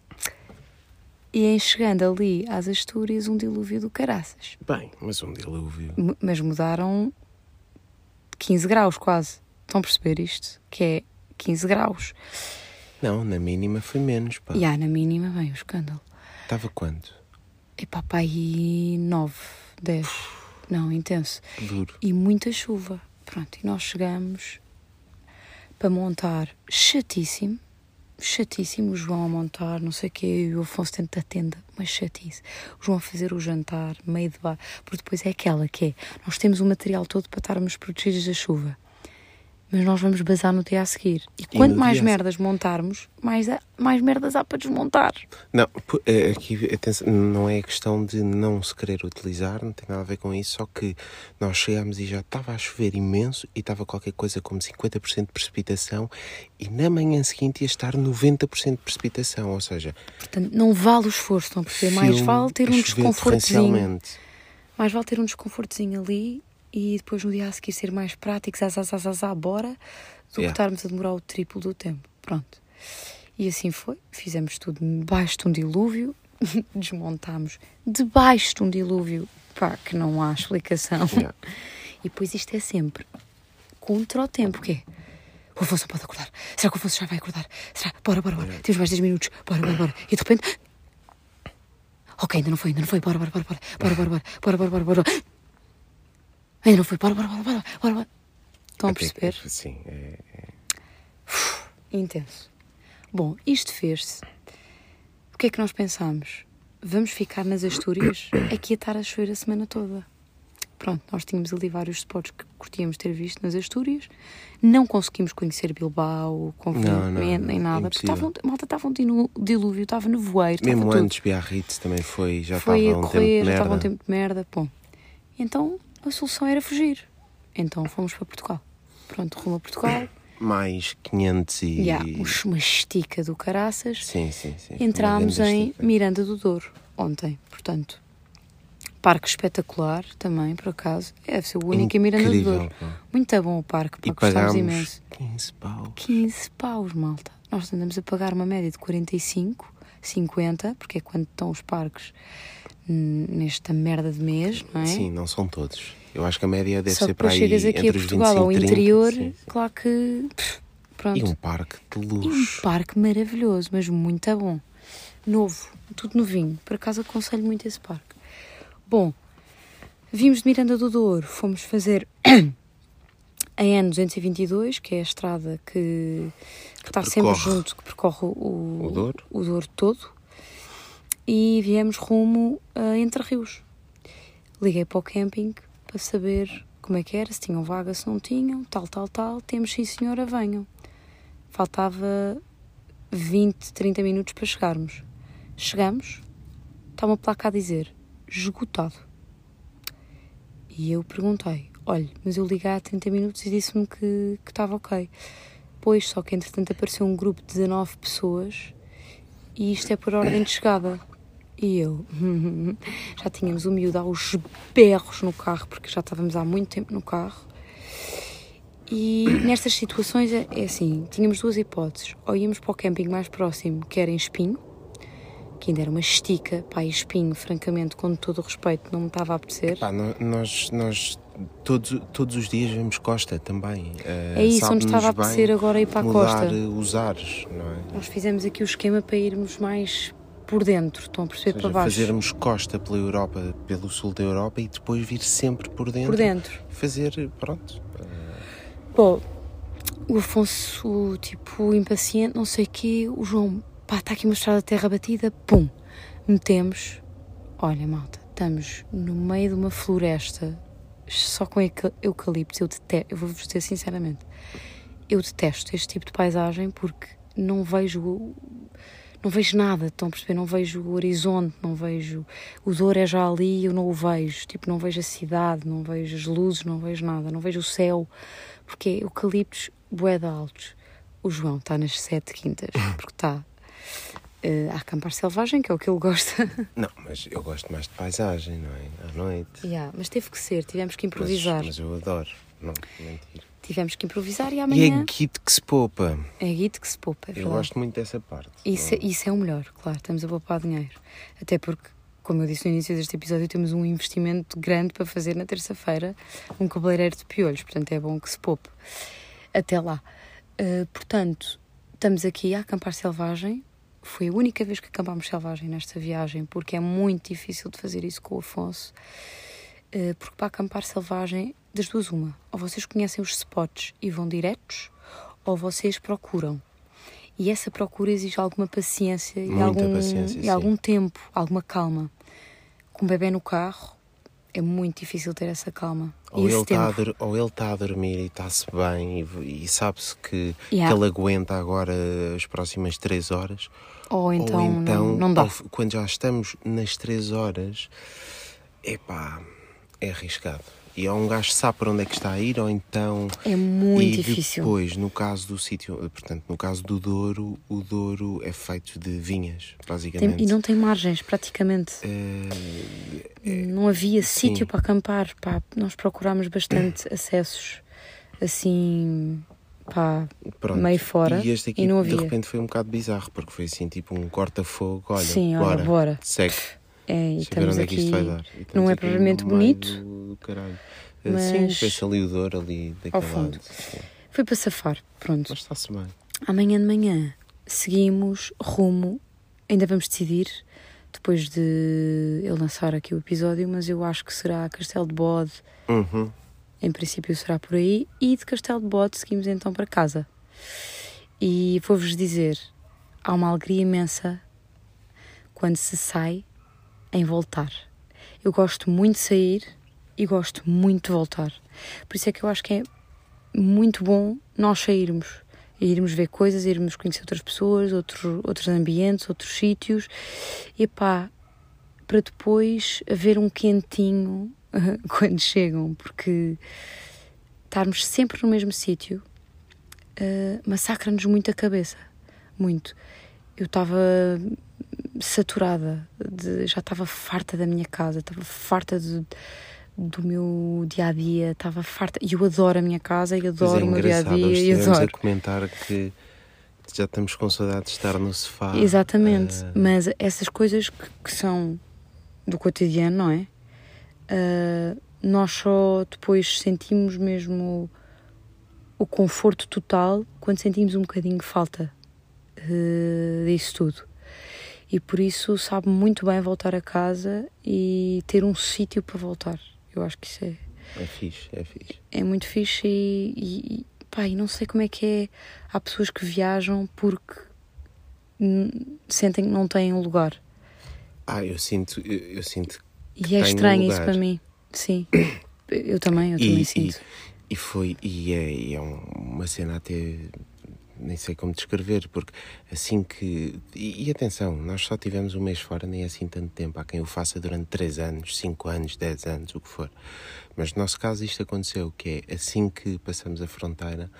E em chegando ali às Astúrias, um dilúvio do caraças. Bem, mas um dilúvio. Mas mudaram 15 graus quase. Estão a perceber isto? Que é 15 graus. Não, na mínima foi menos, pá. E há na mínima, bem, o escândalo. Estava quanto? E pá, aí 9, 10. Não, intenso. Duro. E muita chuva. Pronto, e nós chegamos para montar chatíssimo, o João a montar, não sei o quê, e o Afonso dentro da tenda, mas chatice. O João a fazer o jantar, meio de bar, porque depois é aquela que é, nós temos o material todo para estarmos protegidos da chuva, mas nós vamos bazar no dia a seguir. E quanto no mais dia a merdas montarmos, mais merdas há para desmontar. Não, aqui atenção, não é questão de não se querer utilizar, não tem nada a ver com isso, só que nós chegámos e já estava a chover imenso e estava qualquer coisa como 50% de precipitação e na manhã seguinte ia estar 90% de precipitação, ou seja... Portanto, não vale o esforço, estão a perceber? Mais filme vale ter a um chover desconfortozinho. torrencialmente. Mais vale ter um desconfortozinho ali e depois no dia a seguir ser mais práticos, bora, do que estarmos a demorar o triplo do tempo. Pronto. E assim foi. Fizemos tudo debaixo de um dilúvio, desmontámos debaixo de um dilúvio, pá, que não há explicação. Yeah. E depois isto é sempre contra o tempo, o quê? O Afonso não pode acordar. Será que o Afonso já vai acordar? Será? Bora. Temos mais 10 minutos. Bora. E de repente... Ok, ainda não foi. Bora. Ainda não foi. Bora. Estão a perceber? Sim, Intenso. Bom, isto fez-se. O que é que nós pensámos? Vamos ficar nas Astúrias? É que ia estar a chover a semana toda. Pronto, nós tínhamos ali vários spots que curtíamos ter visto nas Astúrias. Não conseguimos conhecer Bilbao, convenientemente, nem nada. Porque malta estava um dilúvio, estava nevoeiro. mesmo estava antes Biarritz também foi, já foi estava a um correr, tempo de já estava um merda. tempo de merda. Bom, então a solução era fugir. Então fomos para Portugal. Pronto, rumo a Portugal. Mais 500 e... Uma estica do caraças. Sim. Entrámos Uma grande em estica. Miranda do Douro ontem, portanto. Parque espetacular também, por acaso. Deve ser o único em Miranda do Incrível, Douro. pá. Muito bom o parque, E pá, gostámos pagámos imenso. 15 paus. 15 paus, malta. Nós andamos a pagar uma média de 45, 50, porque é quando estão os parques nesta merda de mês, não é? Sim, não são todos. Eu acho que a média deve Só ser que para depois aí chegas aqui a entre os Portugal, 25 ao e 30. interior, Sim. claro que... Pronto. E um parque de E um luxo. parque maravilhoso, mas muito bom. Novo, tudo novinho. Por acaso aconselho muito esse parque. Bom, vimos de Miranda do Douro, fomos fazer a N222, que é a estrada que está sempre junto, que percorre o Douro todo. E viemos rumo a Entre Rios. Liguei para o camping para saber como é que era, se tinham vaga, se não tinham, tal. Temos, sim senhora, venham. Faltava 20, 30 minutos para chegarmos. Chegamos, está uma placa a dizer, esgotado. E eu perguntei, olha, mas eu liguei há 30 minutos e disse-me que estava ok. Pois, só que entretanto apareceu um grupo de 19 pessoas e isto é por ordem de chegada. E eu, já tínhamos o miúdo aos berros no carro, porque já estávamos há muito tempo no carro. E nestas situações é assim, tínhamos duas hipóteses. Ou íamos para o camping mais próximo, que era em Espinho, que ainda era uma estica, pá, e Espinho, francamente, com todo o respeito, não me estava a apetecer. Pá, nós todos os dias vemos costa também. É isso, onde estava a apetecer agora ir para a costa. Mudar os ares, não é? Nós fizemos aqui o esquema para irmos mais por dentro, estão a perceber, para baixo. Fazermos costa pela Europa, pelo sul da Europa e depois vir sempre por dentro. Por dentro. Fazer, pronto. Bom, o Afonso, tipo, impaciente, não sei o quê, o João, pá, está aqui uma estrada de terra batida, pum, metemos. Olha, malta, estamos no meio de uma floresta, só com eucaliptos. Eu vou-vos dizer sinceramente, eu detesto este tipo de paisagem porque não vejo nada, estão a perceber? Não vejo o horizonte, não vejo... O Douro é já ali e eu não o vejo. Tipo, não vejo a cidade, não vejo as luzes, não vejo nada, não vejo o céu. Porque é eucaliptos bué de altos. O João está nas 7 quintas, porque está a acampar selvagem, que é o que ele gosta. Não, mas eu gosto mais de paisagem, não é? À noite. Mas teve que ser, tivemos que improvisar. Mas eu adoro, não mentir. Tivemos que improvisar e E amanhã... é guito que se poupa. É guito que se poupa, é Eu verdade. gosto muito dessa parte. Isso é o melhor, claro, estamos a poupar dinheiro. Até porque, como eu disse no início deste episódio, temos um investimento grande para fazer na terça-feira, um cabeleireiro de piolhos, portanto é bom que se poupe. Até lá. Portanto, estamos aqui a acampar selvagem. Foi a única vez que acampámos selvagem nesta viagem, porque é muito difícil de fazer isso com o Afonso. Porque para acampar selvagem, das duas uma, ou vocês conhecem os spots e vão diretos, ou vocês procuram. E essa procura exige alguma paciência e algum tempo, alguma calma. Com um bebê no carro, é muito difícil ter essa calma. Ou ele está a dormir e está-se bem e sabe-se que ele aguenta agora as próximas 3 horas. Ou então não dá. Quando já estamos nas 3 horas, é arriscado. E ou um gajo sabe para onde é que está a ir, ou então... É muito difícil. E depois, no caso do sítio, portanto, no caso do Douro, o Douro é feito de vinhas, basicamente. E não tem margens, praticamente. Não havia sítio para acampar. Pá, nós procurámos bastante acessos, assim, pá, meio fora, e este aqui, e não havia. De repente, foi um bocado bizarro, porque foi assim, tipo um corta-fogo. Olha, sim, bora. Segue. E estamos onde é que isto vai dar. Não é propriamente bonito. Do caralho. Mas... Sim, pensa ali o Douro, ali daquele lado. Foi para safar, pronto. Mas está-se bem. Amanhã de manhã seguimos rumo, ainda vamos decidir, depois de eu lançar aqui o episódio, mas eu acho que será Castelo de Bode. Uhum. Em princípio será por aí. E de Castelo de Bode seguimos então para casa. E vou-vos dizer, há uma alegria imensa quando se sai em voltar. Eu gosto muito de sair e gosto muito de voltar. Por isso é que eu acho que é muito bom nós sairmos. Irmos ver coisas, irmos conhecer outras pessoas, outros ambientes, outros sítios. E para depois haver um quentinho quando chegam. Porque estarmos sempre no mesmo sítio massacra-nos muito a cabeça. Muito. Eu estava saturada, já estava farta da minha casa, estava farta do meu dia-a-dia, estava farta, e eu adoro a minha casa e adoro o meu dia-a-dia e adoro. A comentar que já estamos com saudade de estar no sofá. Exatamente, mas essas coisas que são do cotidiano, não é? Nós só depois sentimos mesmo o conforto total quando sentimos um bocadinho de falta disso tudo. E por isso sabe muito bem voltar a casa e ter um sítio para voltar. Eu acho que isso é... É fixe. É muito fixe e não sei como é que é. Há pessoas que viajam porque sentem que não têm um lugar. Eu sinto E é estranho isso para mim. Sim. Eu também sinto. E é uma cena até... Nem sei como descrever, porque assim que... E atenção, nós só tivemos um mês fora, nem é assim tanto tempo. Há quem o faça durante 3 anos, 5 anos, 10 anos, o que for. Mas no nosso caso isto aconteceu, que é assim que passamos a fronteira,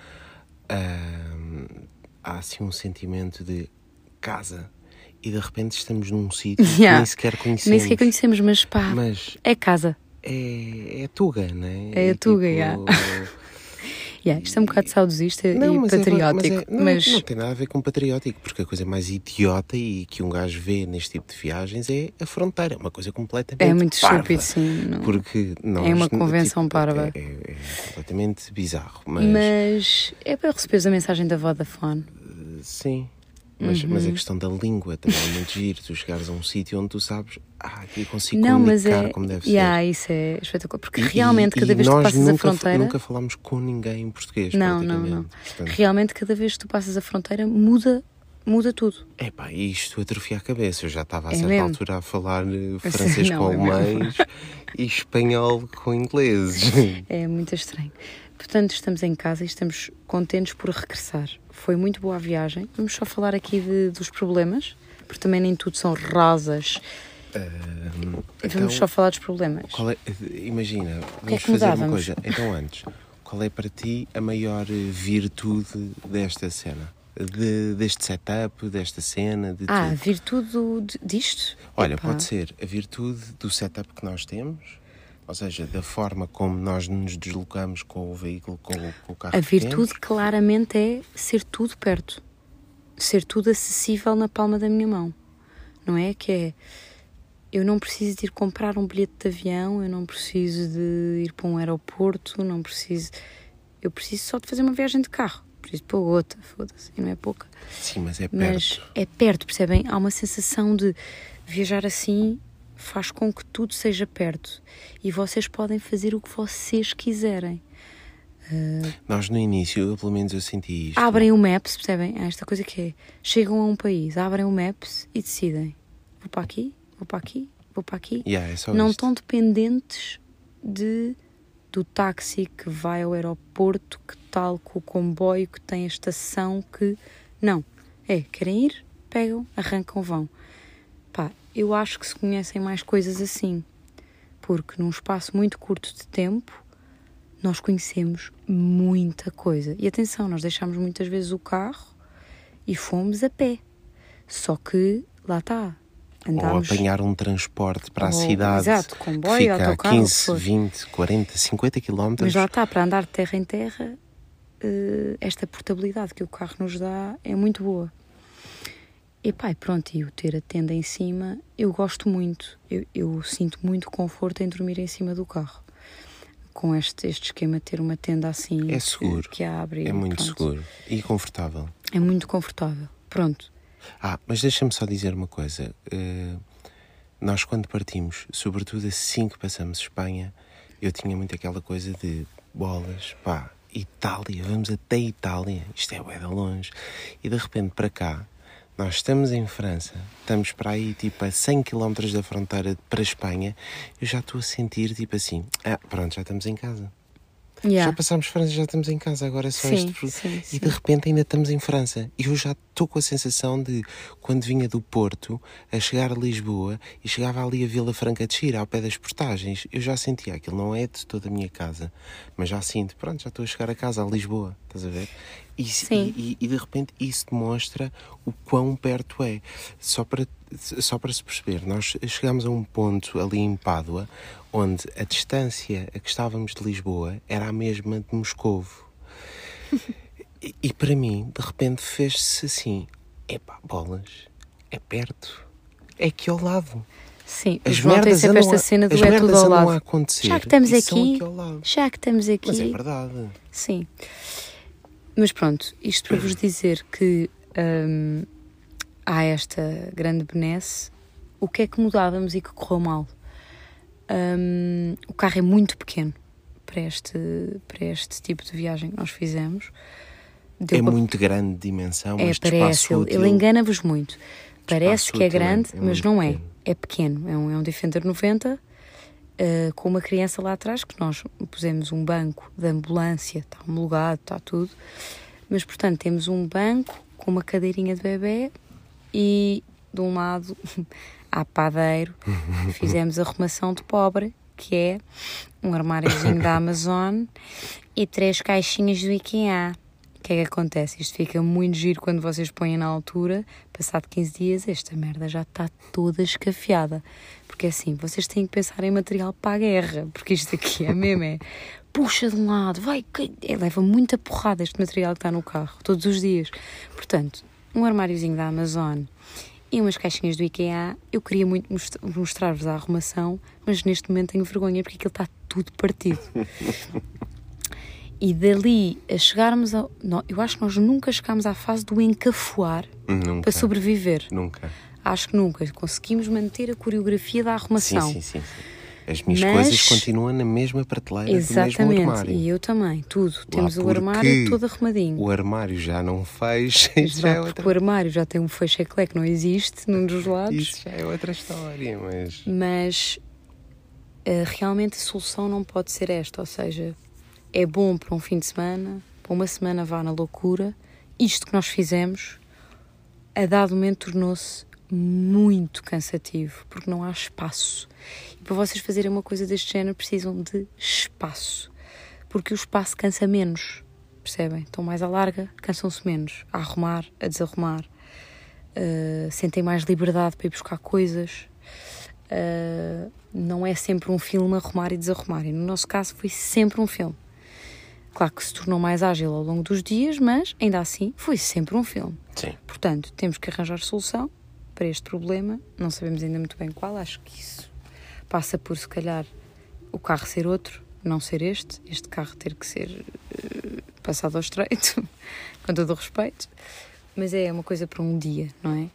há assim um sentimento de casa. E de repente estamos num sítio que nem sequer conhecemos. Nem sequer conhecemos, mas pá, é casa. É Tuga, não é? É a Tuga, isto é um bocado saudosista e patriótico. Mas não tem nada a ver com patriótico, porque a coisa mais idiota e que um gajo vê neste tipo de viagens é a fronteira. Uma coisa completamente é muito parva. estúpido, sim. Não. Porque nós, é uma convenção parva. É completamente bizarro. Mas é para receberes a mensagem da Vodafone. Sim. Mas a questão da língua também é muito giro. Tu chegares a um sítio onde tu sabes, aqui consigo comunicar como deve ser. Isso é espetacular. Porque realmente cada vez que tu passas a fronteira... nunca falámos com ninguém em português, não. Portanto... Realmente cada vez que tu passas a fronteira muda tudo. E isto atrofia a cabeça. Eu já estava a certa altura a falar francês com alemães e espanhol com ingleses. É muito estranho. Portanto, estamos em casa e estamos contentes por regressar. Foi muito boa a viagem. Vamos só falar aqui dos problemas, porque também nem tudo são rosas. Vamos só falar dos problemas. Imagina, vamos fazer uma coisa. Então antes, qual é para ti a maior virtude desta cena? Deste setup, desta cena? De tudo? Virtude disto? Olha, pode ser a virtude do setup que nós temos... Ou seja, da forma como nós nos deslocamos com o veículo, com o carro. A virtude claramente é ser tudo perto. Ser tudo acessível na palma da minha mão. Não é? Eu não preciso de ir comprar um bilhete de avião, eu não preciso de ir para um aeroporto, eu preciso só de fazer uma viagem de carro. Preciso de pôr gota, foda-se, e não é pouca. Sim, mas é perto. Mas é perto, percebem? Há uma sensação de viajar assim... faz com que tudo seja perto e vocês podem fazer o que vocês quiserem. Nós no início, pelo menos eu senti isto. Abrem o Maps, percebem? Esta coisa que é, chegam a um país, abrem o Maps e decidem, vou para aqui, vou para aqui, vou para aqui. É só não isto. Estão dependentes do táxi que vai ao aeroporto, que tal, com o comboio que tem a estação, que... Não, querem ir, pegam, arrancam, vão. Eu acho que se conhecem mais coisas assim, porque num espaço muito curto de tempo nós conhecemos muita coisa. E atenção, nós deixámos muitas vezes o carro e fomos a pé. Só que, lá está, andámos... Ou apanhar um transporte para a cidade, exato, comboio, que fica autocarro, a 15, 20, 40, 50 quilómetros. Mas lá está, para andar de terra em terra, esta portabilidade que o carro nos dá é muito boa. E pronto, e o ter a tenda em cima, eu gosto muito. Eu sinto muito conforto em dormir em cima do carro. Com este esquema de ter uma tenda assim... É seguro. Que abre. É muito seguro. E confortável. É muito confortável. Pronto. Mas deixa-me só dizer uma coisa. Nós quando partimos, sobretudo assim que passamos Espanha, eu tinha muito aquela coisa de bolas, Itália, vamos até Itália. Isto é bué de longe. E de repente para cá, nós estamos em França, estamos para aí tipo a 100 km da fronteira para a Espanha, eu já estou a sentir tipo assim, pronto, já estamos em casa. Já passámos França, já estamos em casa, agora é só isto. Sim. E de repente ainda estamos em França. E eu já estou com a sensação de, quando vinha do Porto, a chegar a Lisboa, e chegava ali a Vila Franca de Xira, ao pé das portagens, eu já sentia, aquilo não é de toda a minha casa, mas já sinto, pronto, já estou a chegar a casa, a Lisboa, estás a ver? E de repente isso demonstra o quão perto é. Só para se perceber, nós chegámos a um ponto ali em Pádua onde a distância a que estávamos de Lisboa era a mesma de Moscovo. e para mim, de repente, fez-se assim, bolas, é perto, é aqui ao lado. Sim, as merdas sempre esta cena do é tudo ao lado. A acontecer, já que estamos aqui, Mas é verdade. Sim. Mas pronto, isto para vos dizer que há esta grande benesse. O que é que mudávamos e que correu mal? O carro é muito pequeno para este tipo de viagem que nós fizemos. Muito grande de dimensão, mas de parece, espaço útil. Ele engana-vos muito. Parece que é grande, mas não é. Pequeno. É pequeno. É um Defender 90 com uma criança lá atrás, que nós pusemos um banco de ambulância, está homologado, está tudo. Mas, portanto, temos um banco com uma cadeirinha de bebê e, de um lado, há padeiro. Fizemos arrumação de pobre, que é um armáriozinho da Amazon e 3 caixinhas do IKEA. O que é que acontece? Isto fica muito giro quando vocês põem na altura. Passado 15 dias, esta merda já está toda escafiada. Porque assim, vocês têm que pensar em material para a guerra. Porque isto aqui é mesmo, puxa de um lado, vai, leva muita porrada este material que está no carro, todos os dias. Portanto, um armáriozinho da Amazon e umas caixinhas do IKEA. Eu queria muito mostrar-vos a arrumação, mas neste momento tenho vergonha porque aquilo está tudo partido. E dali a chegarmos a... Eu acho que nós nunca chegámos à fase do encafuar para sobreviver. Nunca. Acho que nunca. Conseguimos manter a coreografia da arrumação. Sim. As minhas coisas continuam na mesma prateleira do mesmo armário. Exatamente, e eu também, tudo. Temos o armário todo arrumadinho. O armário já não fecha. Exato, o armário já tem um fecho-eclé que não existe num dos lados. Isso já é outra história, Mas realmente a solução não pode ser esta, ou seja... É bom para um fim de semana, para uma semana vá na loucura. Isto que nós fizemos, a dado momento, tornou-se muito cansativo, porque não há espaço. E para vocês fazerem uma coisa deste género, precisam de espaço. Porque o espaço cansa menos, percebem? Estão mais à larga, cansam-se menos. A arrumar, a desarrumar. Sentem mais liberdade para ir buscar coisas. Não é sempre um filme arrumar e desarrumar. E no nosso caso foi sempre um filme. Claro que se tornou mais ágil ao longo dos dias, mas ainda assim foi sempre um filme. Sim. Portanto, temos que arranjar solução para este problema. Não sabemos ainda muito bem qual. Acho que isso passa por, se calhar, o carro ser outro, não ser este carro ter que ser passado ao estreito, com todo o respeito. Mas é uma coisa para um dia, não é?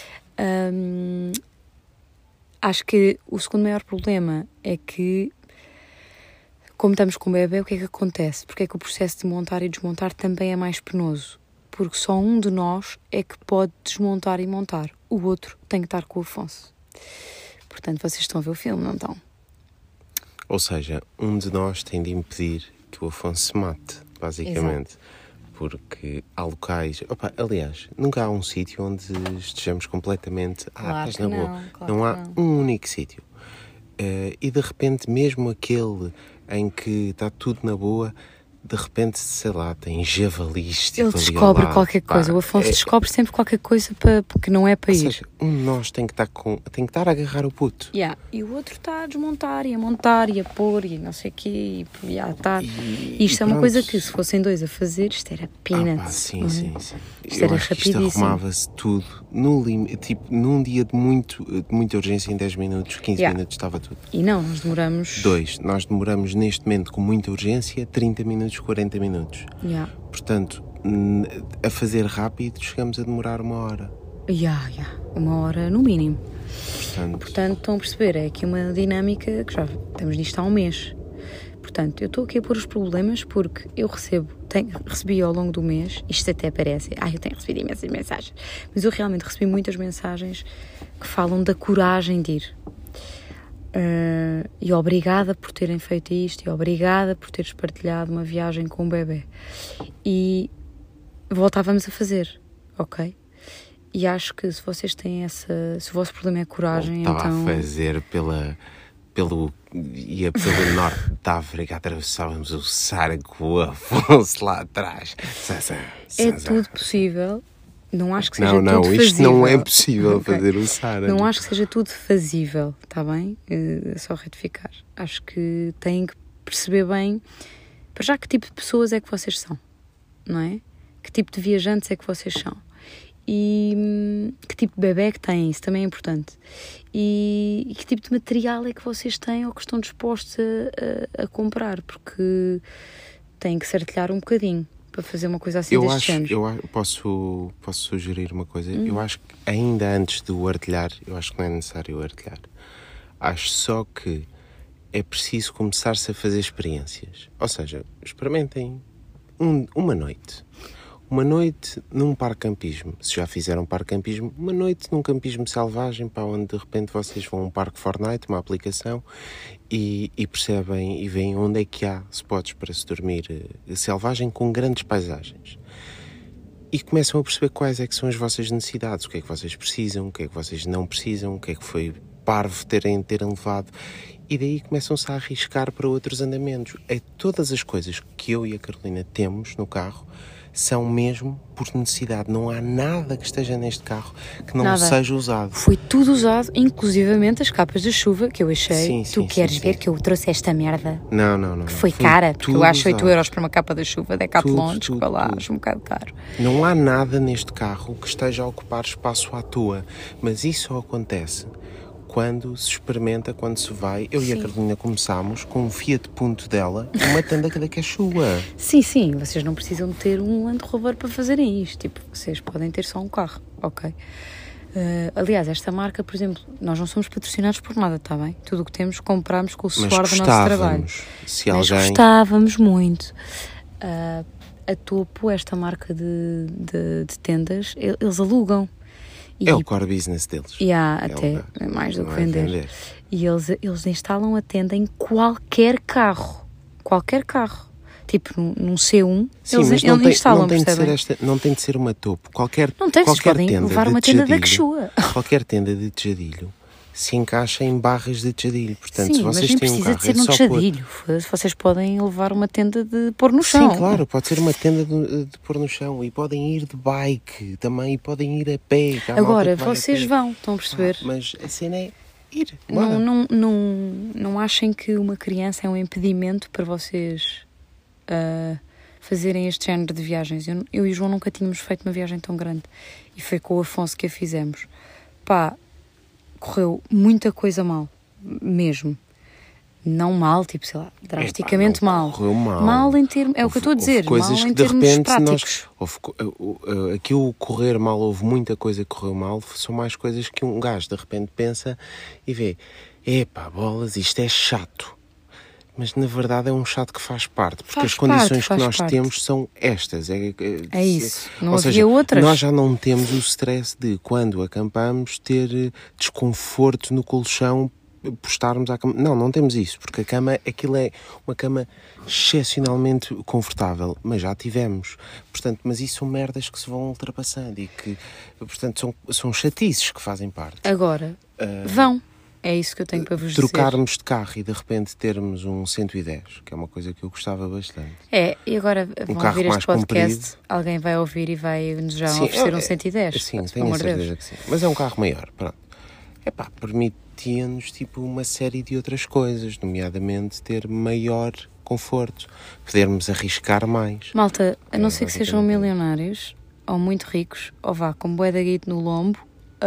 Acho que o segundo maior problema é que, como estamos com o bebê, o que é que acontece? Porque é que o processo de montar e desmontar também é mais penoso? Porque só um de nós é que pode desmontar e montar. O outro tem que estar com o Afonso. Portanto, vocês estão a ver o filme, não estão? Ou seja, um de nós tem de impedir que o Afonso se mate, basicamente. Exato. Porque há locais... aliás, nunca há um sítio onde estejamos completamente... estás na boa. Não há um único sítio. E de repente, mesmo aquele em que está tudo na boa, de repente, sei lá, tem javalis. Ele descobre qualquer coisa. O Afonso descobre sempre qualquer coisa porque não é para ir. Ou seja, um de nós tem que estar a agarrar o puto. E o outro está a desmontar e a montar e a pôr e não sei o quê. E a atar. Isto é uma coisa que, se fossem dois a fazer, isto era peanuts. Sim. Isto era rapidíssimo. Isto arrumava-se tudo no limite. Tipo, num dia de muita urgência, em 10 minutos, 15 minutos, estava tudo. E não, nós demoramos... Nós demoramos neste momento, com muita urgência, 30 minutos, 40 minutos. Portanto, a fazer rápido, chegamos a demorar 1 hora. 1 hora no mínimo. Portanto, estão a perceber, é aqui uma dinâmica que já estamos nisto há um mês. Portanto, eu estou aqui a pôr os problemas porque eu recebi ao longo do mês, isto até parece, eu tenho recebido imensas mensagens, mas eu realmente recebi muitas mensagens que falam da coragem de ir. E obrigada por terem feito isto, e obrigada por teres partilhado uma viagem com o bebê. E voltávamos a fazer, ok? E acho que se vocês têm se o vosso problema é coragem, então... Estava a fazer pelo norte da África, atravessávamos o Saara com o Afonso lá atrás. É tudo possível. Não acho que seja tudo fazível. Isto não é possível fazer o Saara. Não acho que seja tudo fazível, está bem? É só retificar. Acho que têm que perceber bem, para já, que tipo de pessoas é que vocês são, não é? Que tipo de viajantes é que vocês são? E que tipo de bebé que têm, isso também é importante. E que tipo de material é que vocês têm ou que estão dispostos a comprar, porque têm que se artilhar um bocadinho para fazer uma coisa assim deste género. Eu posso sugerir uma coisa. Eu acho que ainda antes do artilhar, eu acho que não é necessário artilhar. Acho só que é preciso começar-se a fazer experiências. Ou seja, experimentem uma noite. uma noite num parque-campismo. Se já fizeram parque-campismo, uma noite num campismo selvagem, para onde de repente vocês vão a um parque Fortnite, uma aplicação, e percebem e veem onde é que há spots para se dormir selvagem com grandes paisagens. E começam a perceber quais é que são as vossas necessidades, o que é que vocês precisam, o que é que vocês não precisam, o que é que foi parvo terem levado. E daí começam-se a arriscar para outros andamentos. Todas as coisas que eu e a Carolina temos no carro são mesmo por necessidade. Não há nada que esteja neste carro que não seja usado. Foi tudo usado, inclusivamente as capas de chuva que eu achei. Tu queres ver que eu trouxe esta merda? Não. Que foi cara, porque eu acho 8 usado. euros para uma capa de chuva, Decathlon, desculpa lá, acho um bocado caro. Não há nada neste carro que esteja a ocupar espaço à toa, mas isso só acontece quando se experimenta, quando se vai. Eu e a Carolina começámos com um Fiat Punto dela e uma tenda da Quechua. Sim, vocês não precisam de ter um Land Rover para fazerem isto, tipo, vocês podem ter só um carro, ok? Aliás, esta marca, por exemplo, nós não somos patrocinados por nada, está bem? Tudo o que temos compramos com o suor do nosso trabalho. Mas gostávamos muito. A Topo, esta marca de tendas, eles alugam. É o core business deles. Até mais do que vender. E eles instalam a tenda em qualquer carro. Qualquer carro. Tipo, num C1, sim, eles instalam, não tem de ser uma Topo. Qualquer podem tenda levar uma tenda da Quechua. Qualquer tenda de tejadilho se encaixa em barras de tejadilho. Portanto, sim, se vocês mas têm um precisa carro, de ser num tejadilho. Vocês podem levar uma tenda de pôr no chão. Sim, claro, pode ser uma tenda de pôr no chão. E podem ir de bike também, e podem ir a pé. Agora, vocês vão, estão a perceber? Mas a cena é ir. Não achem que uma criança é um impedimento para vocês fazerem este género de viagens. Eu e o João nunca tínhamos feito uma viagem tão grande. E foi com o Afonso que a fizemos. Correu muita coisa mal, mesmo. Não mal, tipo, sei lá, drasticamente mal. Correu mal. Mal em termos, é o que eu estou a dizer, coisas mal em que de termos repente práticos. Aqui o correr mal, houve muita coisa que correu mal, são mais coisas que um gajo de repente pensa e vê, bolas, isto é chato. Mas na verdade é um chato que faz parte, porque as condições que nós temos são estas. É isso, não ou havia seja, outras. Nós já não temos o stress de, quando acampamos, ter desconforto no colchão por estarmos à cama. Não temos isso, porque a cama, aquilo é uma cama excepcionalmente confortável, mas já tivemos. Portanto, mas isso são merdas que se vão ultrapassando e que, portanto, são chatices que fazem parte. Agora, vão. É isso que eu tenho para vos dizer. Trocarmos de carro e de repente termos um 110, que é uma coisa que eu gostava bastante. E agora vão ouvir este podcast, alguém vai ouvir e vai-nos já oferecer um 110. Sim, tenho a certeza que sim. Mas é um carro maior, pronto. Permitia-nos uma série de outras coisas, nomeadamente ter maior conforto, podermos arriscar mais. Malta, a não ser que sejam milionários, ou muito ricos, ou com bué da guito no lombo,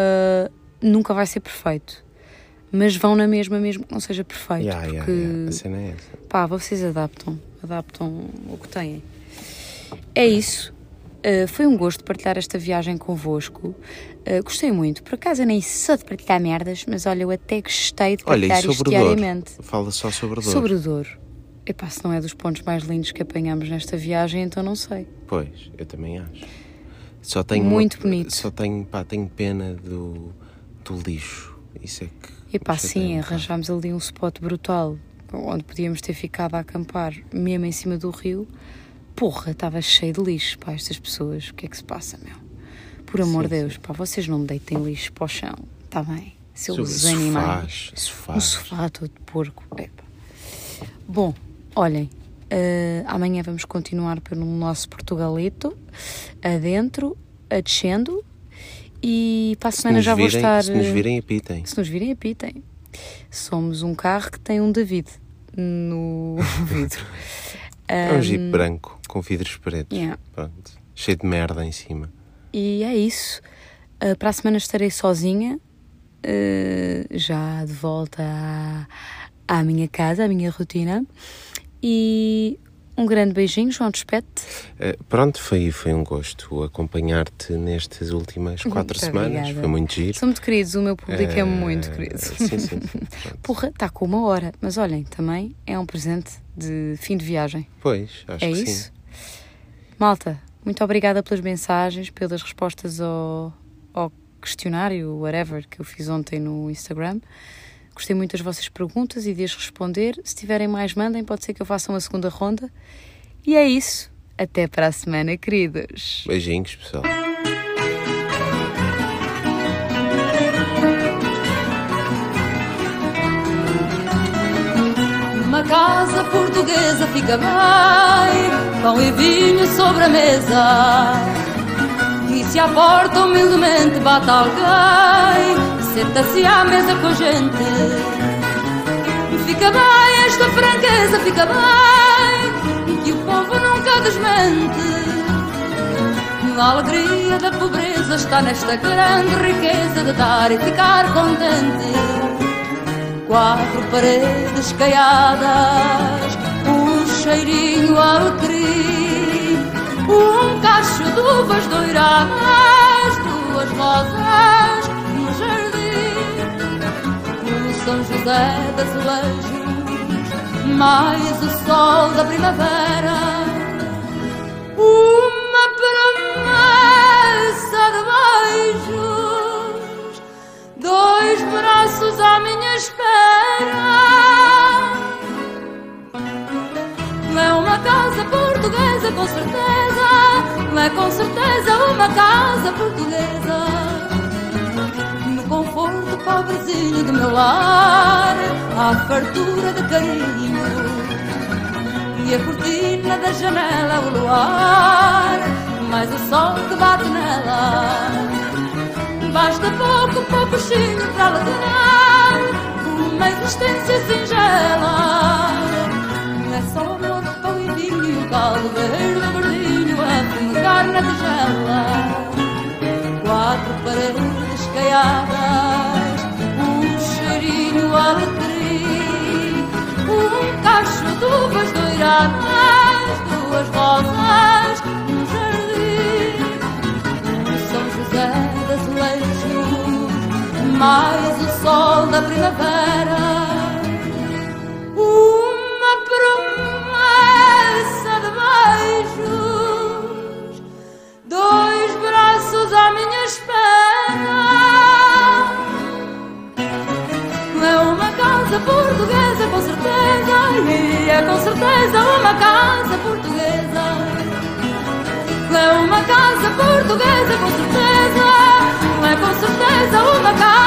nunca vai ser perfeito. Mas vão na mesma, mesmo que não seja perfeito. Porque a cena é essa. Vocês adaptam o que têm. É isso. Foi um gosto partilhar esta viagem convosco. Gostei muito. Por acaso eu nem sou de partilhar merdas, mas olha, eu até gostei de partilhar isto diariamente. Fala só sobre o Douro. Sobre o Douro. Se não é dos pontos mais lindos que apanhamos nesta viagem, então não sei. Pois, eu também acho. Muito bonito. Só tenho pena do lixo. Isso é que... sim, arranjámos ali um spot brutal onde podíamos ter ficado a acampar mesmo em cima do rio. Estava cheio de lixo, estas pessoas. O que é que se passa, meu? Por amor de Deus, vocês não me deitem lixo para o chão, está bem? Seus animais. Um sofá todo de porco. Bom, olhem, amanhã vamos continuar pelo nosso Portugalito, adentro, descendo. E para a semana já vou estar... Se nos virem, apitem. Somos um carro que tem um David no vidro. É um Jeep branco, com vidros pretos. Pronto, cheio de merda em cima. E é isso. Para a semana estarei sozinha, já de volta à minha casa, à minha rotina. E... um grande beijinho, João, despete. Pronto, foi um gosto acompanhar-te nestas últimas 4 semanas. Obrigada. Foi muito giro. São muito queridos, o meu público é muito querido. Sim. Está com 1 hora, mas olhem, também é um presente de fim de viagem. Pois, acho que sim. É isso? Malta, Muito obrigada pelas mensagens, pelas respostas ao questionário, whatever, que eu fiz ontem no Instagram. Gostei muito das vossas perguntas e de as responder. Se tiverem mais, mandem, pode ser que eu faça uma segunda ronda. E é isso. Até para a semana, queridos. Beijinhos, pessoal. Uma casa portuguesa fica bem, pão e vinho sobre a mesa. E se à porta humildemente bate alguém, senta-se à mesa com gente. Fica bem esta franqueza, fica bem, que o povo nunca desmente. A alegria da pobreza está nesta grande riqueza de dar e ficar contente. 4 paredes caiadas, cheirinho alecrim, cacho de uvas doiradas, 2 rosas no jardim, o São José das Azulejos, mais o sol da primavera, uma promessa de beijos, 2 braços à minha espera. É uma casa portuguesa, com certeza. É com certeza uma casa portuguesa. No conforto pobrezinho do meu lar, há fartura de carinho. E a cortina da janela é o luar, mais o sol que bate nela. Basta pouco chinho para alegrar uma existência singela. É só amor, pão e vinho, o caldo verde, verdinho, a fumegar na tigela. 4 paredes caiadas, cheirinho alecrim, cacho de uvas doiradas, 2 rosas no jardim, São José das Azulejos, mais o sol da primavera. Promessa de beijos, 2 braços à minha espera. É uma casa portuguesa, com certeza. E é com certeza uma casa portuguesa. É uma casa portuguesa, com certeza. É com certeza uma casa